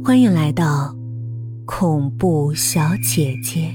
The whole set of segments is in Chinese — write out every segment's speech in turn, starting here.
欢迎来到恐怖小姐姐。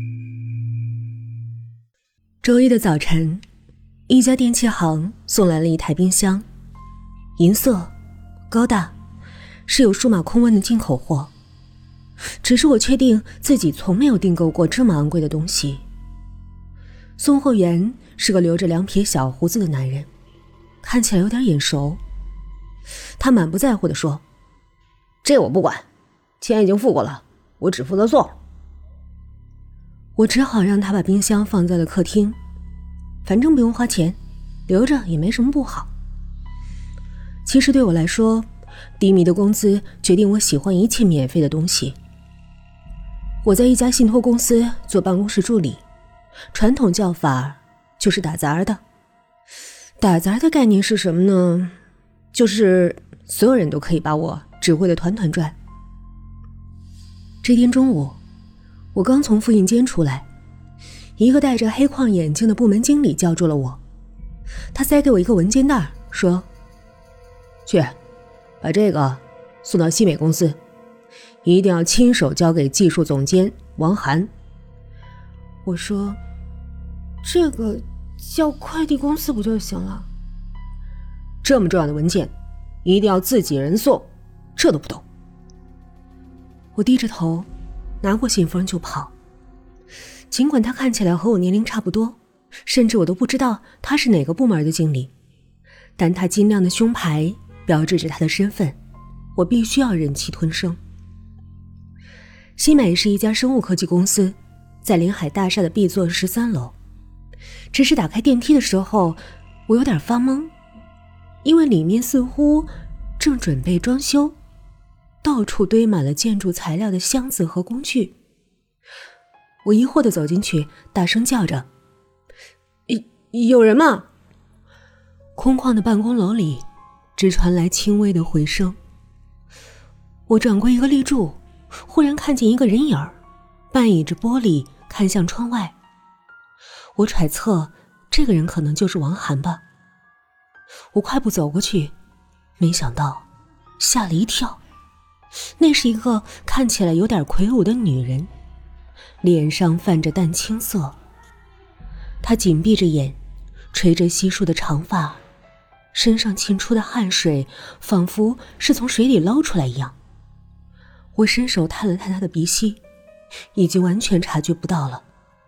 周一的早晨，一家电器行送来了一台冰箱，银色高大，是有数码空温的进口货。只是我确定自己从没有订购过这么昂贵的东西。送货员是个留着2撇小胡子的男人，看起来有点眼熟。他满不在乎地说， 这我不管，钱已经付过了，我只负责送。 我只好让他把冰箱放在了客厅，反正不用花钱，留着也没什么不好。其实对我来说，低迷的工资决定我喜欢一切免费的东西。我在一家信托公司做办公室助理，传统叫法就是打杂的。打杂的概念是什么呢？就是所有人都可以把我指挥得团团转。这天中午，我刚从复印间出来，一个戴着黑框眼镜的部门经理叫住了我。他塞给我一个文件袋，说， 去把这个送到西美公司，一定要亲手交给技术总监王涵。 我说，这个叫快递公司不就行了？ 这么重要的文件一定要自己人送，这都不懂。 我低着头拿过信封就跑，尽管他看起来和我年龄差不多，甚至我都不知道他是哪个部门的经理，但他金亮的胸牌标志着他的身份，我必须要忍气吞声。西美是一家生物科技公司，在临海大厦的 B 座13楼。只是打开电梯的时候，我有点发懵，因为里面似乎正准备装修，到处堆满了建筑材料的箱子和工具。我疑惑地走进去，大声叫着，有人吗？空旷的办公楼里只传来轻微的回声。我转过一个立柱，忽然看见一个人影，半倚着玻璃看向窗外。我揣测这个人可能就是王涵吧。我快步走过去，没想到吓了一跳，那是一个看起来有点魁梧的女人，脸上泛着淡青色。她紧闭着眼，垂着稀疏的长发，身上沁出的汗水仿佛是从水里捞出来一样。我伸手探了探她的鼻息，已经完全察觉不到了。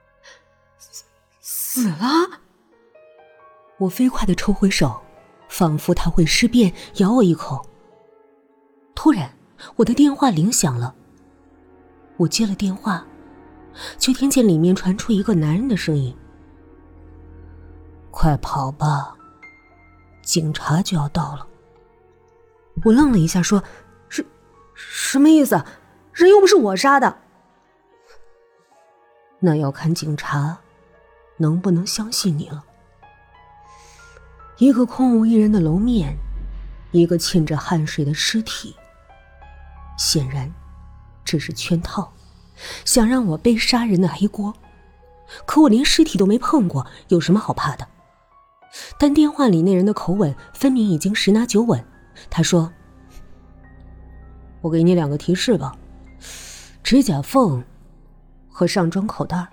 死了！我飞快地抽回手，仿佛他会尸变咬我一口。突然我的电话铃响了，我接了电话，就听见里面传出一个男人的声音，快跑吧，警察就要到了。我愣了一下，说，什么意思？人又不是我杀的。那要看警察能不能相信你了。一个空无一人的楼面，一个沁着汗水的尸体，显然这是圈套，想让我背杀人的黑锅。可我连尸体都没碰过，有什么好怕的？但电话里那人的口吻分明已经10拿9稳。他说， 我给你2个提示吧，指甲缝和上装口袋。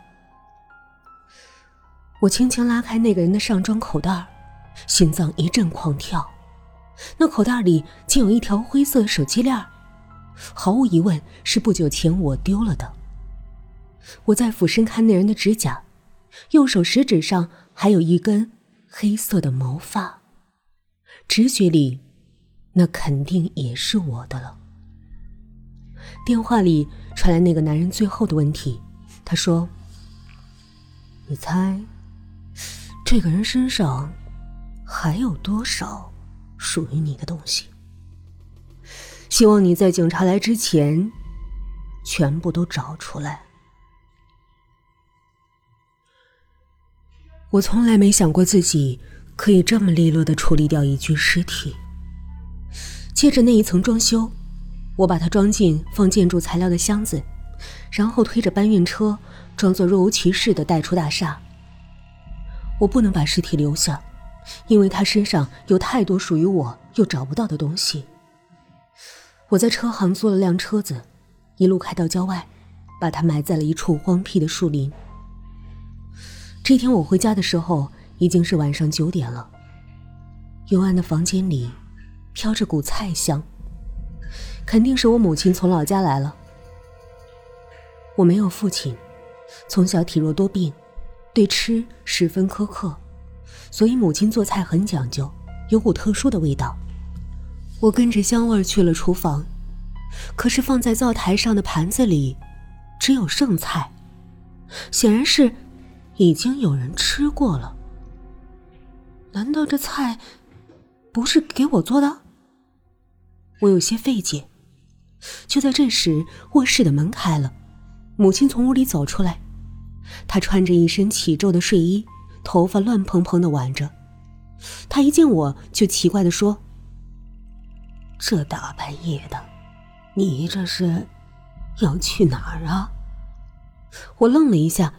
我轻轻拉开那个人的上装口袋，心脏一阵狂跳。那口袋里竟有一条灰色的手机链，毫无疑问是不久前我丢了的。我再俯身看那人的指甲，右手食指上还有一根黑色的毛发，直觉里那肯定也是我的了。电话里传来那个男人最后的问题，他说，你猜这个人身上还有多少属于你的东西？希望你在警察来之前全部都找出来。我从来没想过自己可以这么利落地处理掉一具尸体。接着那一层装修，我把它装进放建筑材料的箱子，然后推着搬运车装作若无其事地带出大厦。我不能把尸体留下，因为他身上有太多属于我又找不到的东西。 我在车行租了辆车子，一路开到郊外，把它埋在了一处荒僻的树林。这天我回家的时候已经是晚上9点了，幽暗的房间里飘着股菜香，肯定是我母亲从老家来了。我没有父亲，从小体弱多病，对吃十分苛刻，所以母亲做菜很讲究，有股特殊的味道。我跟着香味去了厨房，可是放在灶台上的盘子里只有剩菜，显然是已经有人吃过了。难道这菜不是给我做的？我有些费解。就在这时，卧室的门开了，母亲从屋里走出来，她穿着一身起皱的睡衣，头发乱蓬蓬地挽着。她一见我就奇怪地说：“这大半夜的，你这是要去哪儿啊？”我愣了一下，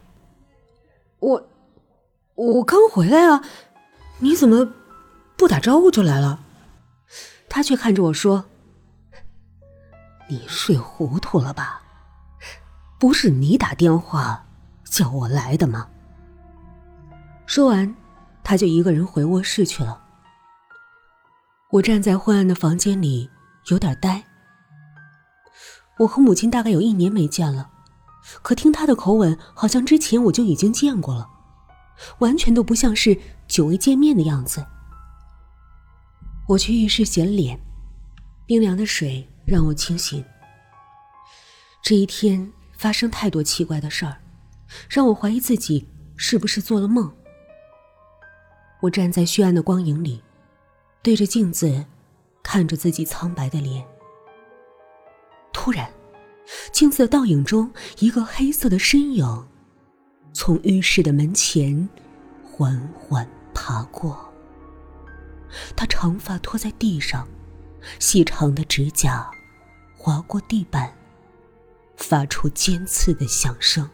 我刚回来啊，你怎么不打招呼就来了？她却看着我说：“你睡糊涂了吧？不是你打电话叫我来的吗？”说完，他就一个人回卧室去了。我站在昏暗的房间里，有点呆。我和母亲大概有1年没见了，可听她的口吻，好像之前我就已经见过了，完全都不像是久未见面的样子。我去浴室洗了脸，冰凉的水让我清醒。这一天发生太多奇怪的事儿，让我怀疑自己是不是做了梦。我站在虚暗的光影里，对着镜子看着自己苍白的脸。突然，镜子的倒影中，一个黑色的身影从浴室的门前缓缓爬过。他长发拖在地上，细长的指甲划过地板，发出尖刺的响声。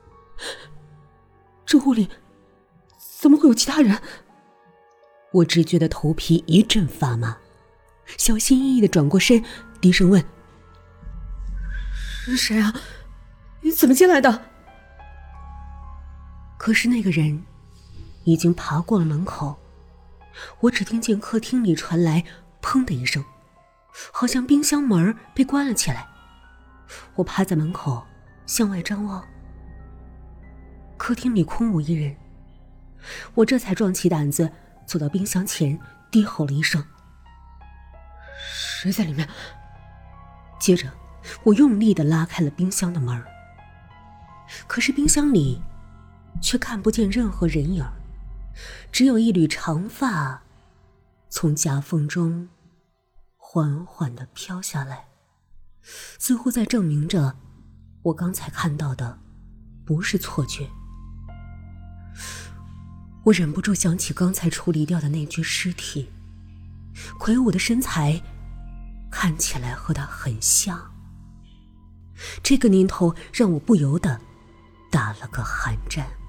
这屋里怎么会有其他人？我只觉得头皮一阵发麻，小心翼翼地转过身，低声问：“是谁啊？你怎么进来的？”可是那个人已经爬过了门口，我只听见客厅里传来砰的一声，好像冰箱门被关了起来。我趴在门口向外张望，客厅里空无一人。我这才壮起胆子走到冰箱前，低吼了一声：“谁在里面？”接着我用力地拉开了冰箱的门，可是冰箱里却看不见任何人影，只有一缕长发从夹缝中缓缓地飘下来，似乎在证明着我刚才看到的不是错觉。我忍不住想起刚才处理掉的那具尸体，魁梧的身材看起来和他很像。这个念头让我不由得打了个寒战。